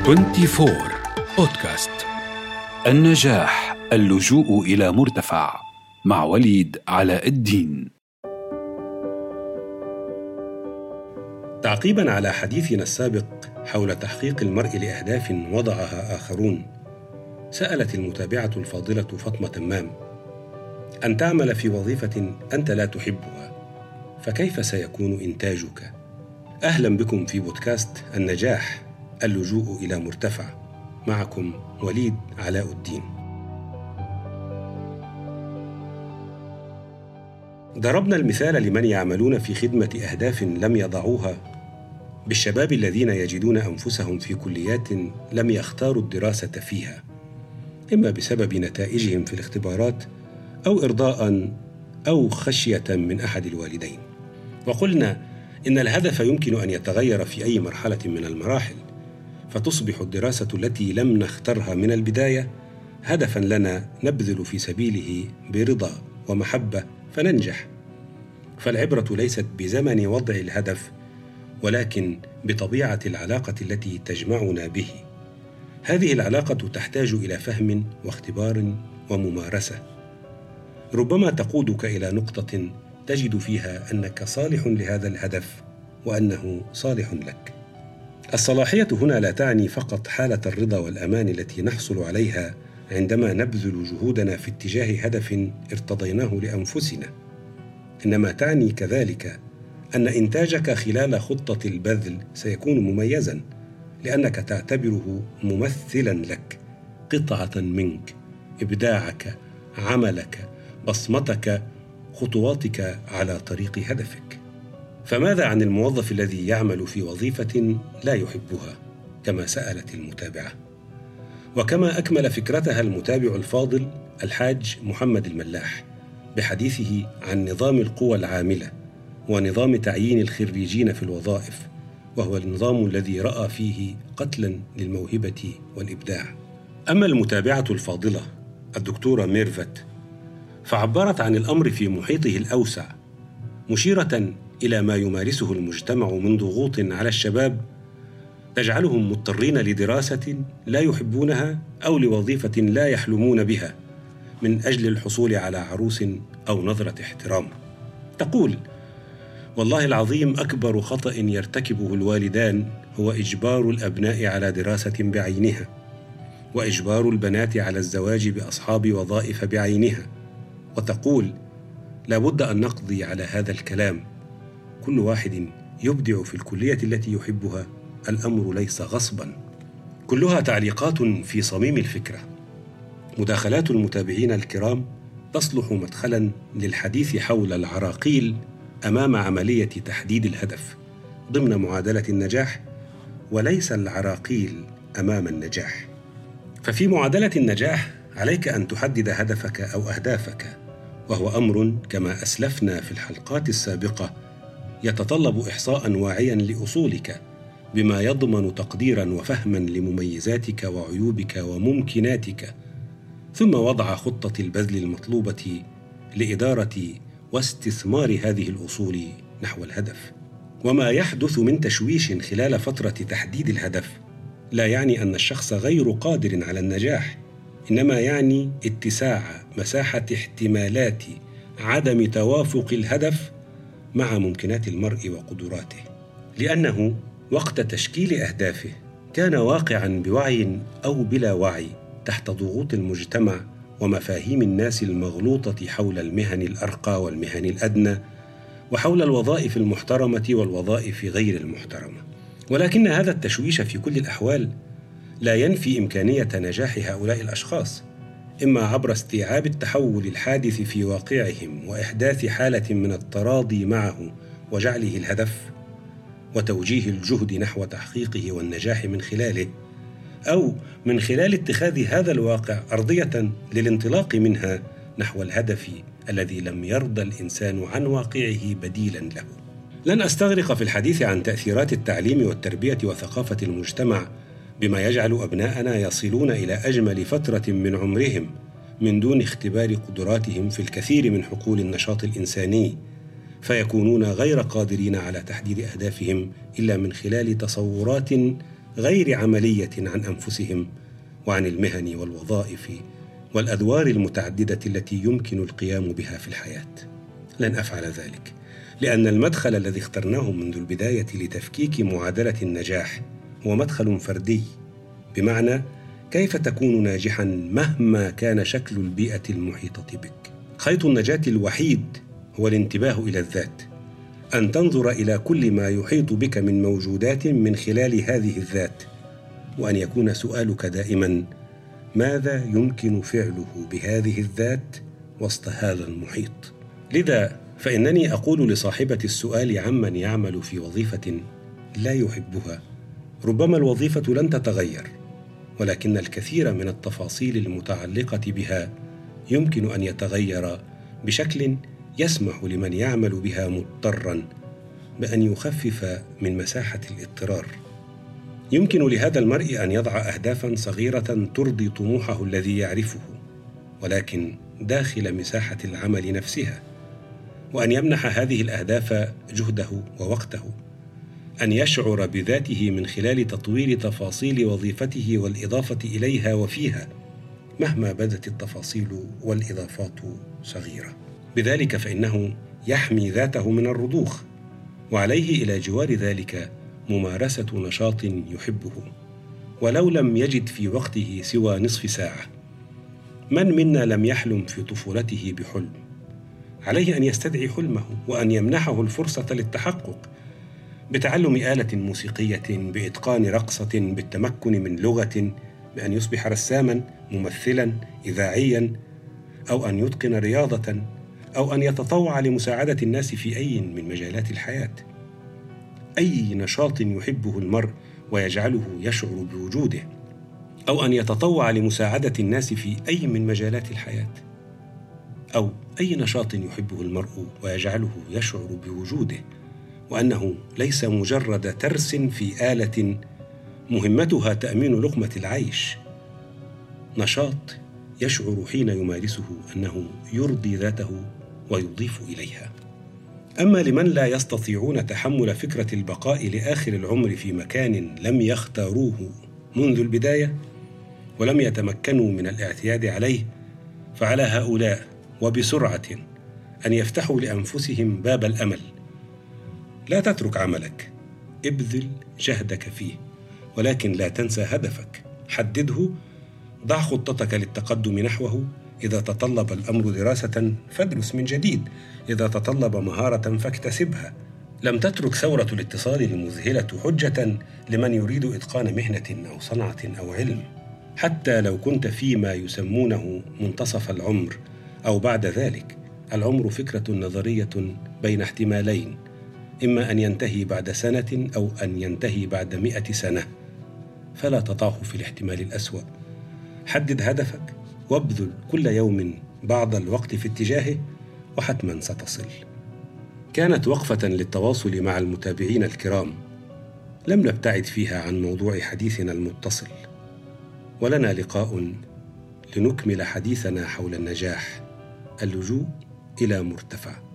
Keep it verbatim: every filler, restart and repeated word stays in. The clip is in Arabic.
أربعة وعشرين بودكاست. النجاح اللجوء إلى مرتفع مع وليد علاء الدين. تعقيباً على حديثنا السابق حول تحقيق المرء لأهداف وضعها آخرون، سألت المتابعة الفاضلة فاطمة تمام: أن تعمل في وظيفة أنت لا تحبها، فكيف سيكون إنتاجك؟ أهلاً بكم في بودكاست النجاح اللجوء إلى مرتفع، معكم وليد علاء الدين. ضربنا المثال لمن يعملون في خدمة أهداف لم يضعوها، بالشباب الذين يجدون أنفسهم في كليات لم يختاروا الدراسة فيها، إما بسبب نتائجهم في الاختبارات أو إرضاء أو خشية من أحد الوالدين. وقلنا إن الهدف يمكن أن يتغير في أي مرحلة من المراحل، فتصبح الدراسة التي لم نخترها من البداية هدفاً لنا نبذل في سبيله برضا ومحبة فننجح. فالعبرة ليست بزمن وضع الهدف، ولكن بطبيعة العلاقة التي تجمعنا به. هذه العلاقة تحتاج إلى فهم واختبار وممارسة، ربما تقودك إلى نقطة تجد فيها أنك صالح لهذا الهدف وأنه صالح لك. الصلاحية هنا لا تعني فقط حالة الرضا والأمان التي نحصل عليها عندما نبذل جهودنا في اتجاه هدف ارتضيناه لأنفسنا، إنما تعني كذلك أن إنتاجك خلال خطة البذل سيكون مميزاً، لأنك تعتبره ممثلاً لك، قطعة منك، إبداعك، عملك، بصمتك، خطواتك على طريق هدفك. فماذا عن الموظف الذي يعمل في وظيفة لا يحبها، كما سألت المتابعة؟ وكما أكمل فكرتها المتابع الفاضل الحاج محمد الملاح بحديثه عن نظام القوى العاملة ونظام تعيين الخريجين في الوظائف، وهو النظام الذي رأى فيه قتلاً للموهبة والإبداع. أما المتابعة الفاضلة الدكتورة ميرفت فعبرت عن الأمر في محيطه الأوسع، مشيرة إلى ما يمارسه المجتمع من ضغوط على الشباب تجعلهم مضطرين لدراسة لا يحبونها أو لوظيفة لا يحلمون بها من أجل الحصول على عروس أو نظرة احترام. تقول: والله العظيم أكبر خطأ يرتكبه الوالدان هو إجبار الأبناء على دراسة بعينها، وإجبار البنات على الزواج بأصحاب وظائف بعينها. وتقول: لابد أن نقضي على هذا الكلام، كل واحد يبدع في الكلية التي يحبها، الأمر ليس غصبا. كلها تعليقات في صميم الفكرة. مداخلات المتابعين الكرام تصلح مدخلا للحديث حول العراقيل أمام عملية تحديد الهدف ضمن معادلة النجاح، وليس العراقيل أمام النجاح. ففي معادلة النجاح عليك أن تحدد هدفك أو أهدافك، وهو أمر كما أسلفنا في الحلقات السابقة يتطلب إحصاء واعيا لأصولك بما يضمن تقديرا وفهما لمميزاتك وعيوبك وممكناتك، ثم وضع خطة البذل المطلوبة لإدارة واستثمار هذه الأصول نحو الهدف. وما يحدث من تشويش خلال فترة تحديد الهدف لا يعني أن الشخص غير قادر على النجاح، إنما يعني اتساع مساحة احتمالات عدم توافق الهدف مع ممكنات المرء وقدراته، لأنه وقت تشكيل أهدافه كان واقعاً بوعي أو بلا وعي تحت ضغوط المجتمع ومفاهيم الناس المغلوطة حول المهن الأرقى والمهن الأدنى، وحول الوظائف المحترمة والوظائف غير المحترمة. ولكن هذا التشويش في كل الأحوال لا ينفي إمكانية نجاح هؤلاء الأشخاص، إما عبر استيعاب التحول الحادث في واقعهم وإحداث حالة من التراضي معه وجعله الهدف وتوجيه الجهد نحو تحقيقه والنجاح من خلاله، أو من خلال اتخاذ هذا الواقع أرضية للانطلاق منها نحو الهدف الذي لم يرضى الإنسان عن واقعه بديلاً له. لن أستغرق في الحديث عن تأثيرات التعليم والتربية وثقافة المجتمع بما يجعل أبناءنا يصلون إلى أجمل فترة من عمرهم من دون اختبار قدراتهم في الكثير من حقول النشاط الإنساني، فيكونون غير قادرين على تحديد أهدافهم إلا من خلال تصورات غير عملية عن أنفسهم وعن المهن والوظائف والأدوار المتعددة التي يمكن القيام بها في الحياة. لن أفعل ذلك، لأن المدخل الذي اخترناه منذ البداية لتفكيك معادلة النجاح هو مدخل فردي، بمعنى كيف تكون ناجحاً مهما كان شكل البيئة المحيطة بك. خيط النجاة الوحيد هو الانتباه إلى الذات، أن تنظر إلى كل ما يحيط بك من موجودات من خلال هذه الذات، وأن يكون سؤالك دائماً: ماذا يمكن فعله بهذه الذات وسط هذا المحيط؟ لذا فإنني أقول لصاحبة السؤال عمن يعمل في وظيفة لا يحبها: ربما الوظيفة لن تتغير، ولكن الكثير من التفاصيل المتعلقة بها يمكن أن يتغير بشكل يسمح لمن يعمل بها مضطراً بأن يخفف من مساحة الاضطرار. يمكن لهذا المرء أن يضع أهدافاً صغيرة ترضي طموحه الذي يعرفه، ولكن داخل مساحة العمل نفسها، وأن يمنح هذه الأهداف جهده ووقته، أن يشعر بذاته من خلال تطوير تفاصيل وظيفته والإضافة إليها وفيها، مهما بدت التفاصيل والإضافات صغيرة. بذلك فإنه يحمي ذاته من الرضوخ، وعليه إلى جوار ذلك ممارسة نشاط يحبه ولو لم يجد في وقته سوى نصف ساعة. من منا لم يحلم في طفولته بحلم؟ عليه أن يستدعي حلمه وأن يمنحه الفرصة للتحقق بتعلم آلة موسيقية، بإتقان رقصة، بالتمكن من لغة، بأن يصبح رساماً، ممثلاً، إذاعياً، أو أن يتقن رياضة، أو أن يتطوع لمساعدة الناس في أي من مجالات الحياة. أي نشاط يحبه المرء ويجعله يشعر بوجوده، أو أن يتطوع لمساعدة الناس في أي من مجالات الحياة، أو أي نشاط يحبه المرء ويجعله يشعر بوجوده وأنه ليس مجرد ترس في آلة مهمتها تأمين لقمة العيش. نشاط يشعر حين يمارسه أنه يرضي ذاته ويضيف إليها. أما لمن لا يستطيعون تحمل فكرة البقاء لآخر العمر في مكان لم يختاروه منذ البداية ولم يتمكنوا من الاعتياد عليه، فعلى هؤلاء وبسرعة أن يفتحوا لأنفسهم باب الأمل. لا تترك عملك، ابذل جهدك فيه، ولكن لا تنسى هدفك، حدده، ضع خطتك للتقدم نحوه. إذا تطلب الأمر دراسة فادرس من جديد، إذا تطلب مهارة فاكتسبها. لم تترك ثورة الاتصال المذهلة حجة لمن يريد إتقان مهنة أو صنعة أو علم، حتى لو كنت فيما يسمونه منتصف العمر أو بعد ذلك. العمر فكرة نظرية بين احتمالين، إما أن ينتهي بعد سنة أو أن ينتهي بعد مئة سنة، فلا تضعه في الاحتمال الأسوأ. حدد هدفك وابذل كل يوم بعض الوقت في اتجاهه، وحتما ستصل. كانت وقفة للتواصل مع المتابعين الكرام، لم نبتعد فيها عن موضوع حديثنا المتصل، ولنا لقاء لنكمل حديثنا حول النجاح، اللجوء إلى مرتفع.